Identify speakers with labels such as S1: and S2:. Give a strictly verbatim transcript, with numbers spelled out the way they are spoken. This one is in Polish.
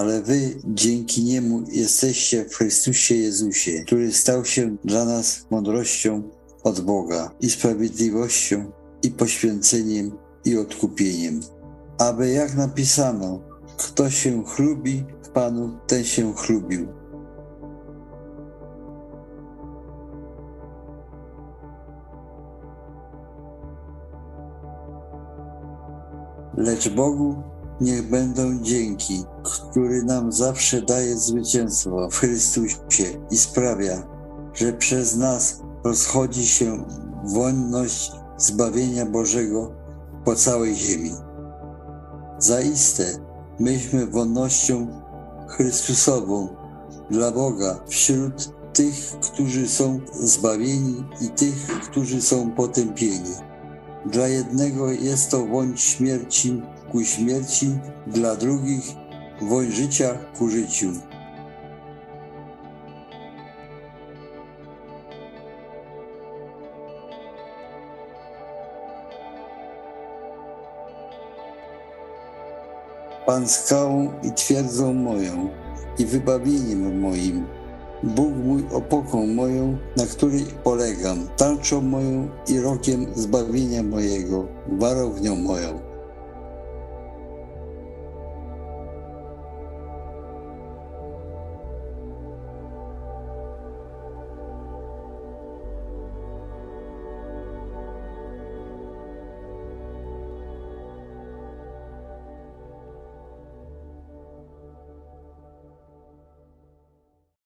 S1: ale wy dzięki Niemu jesteście w Chrystusie Jezusie, który stał się dla nas mądrością od Boga i sprawiedliwością, i poświęceniem, i odkupieniem. Aby jak napisano, kto się chlubi w Panu, ten się chlubił. Lecz Bogu niech będą dzięki, który nam zawsze daje zwycięstwo w Chrystusie i sprawia, że przez nas rozchodzi się wonność zbawienia Bożego po całej ziemi. Zaiste, myśmy wonnością Chrystusową dla Boga wśród tych, którzy są zbawieni i tych, którzy są potępieni. Dla jednego jest to woń śmierci ku śmierci, dla drugich woń życia ku życiu. Pan skałą i twierdzą moją i wybawieniem moim, Bóg mój opoką moją, na której polegam, tarczą moją i rokiem zbawienia mojego, warownią moją.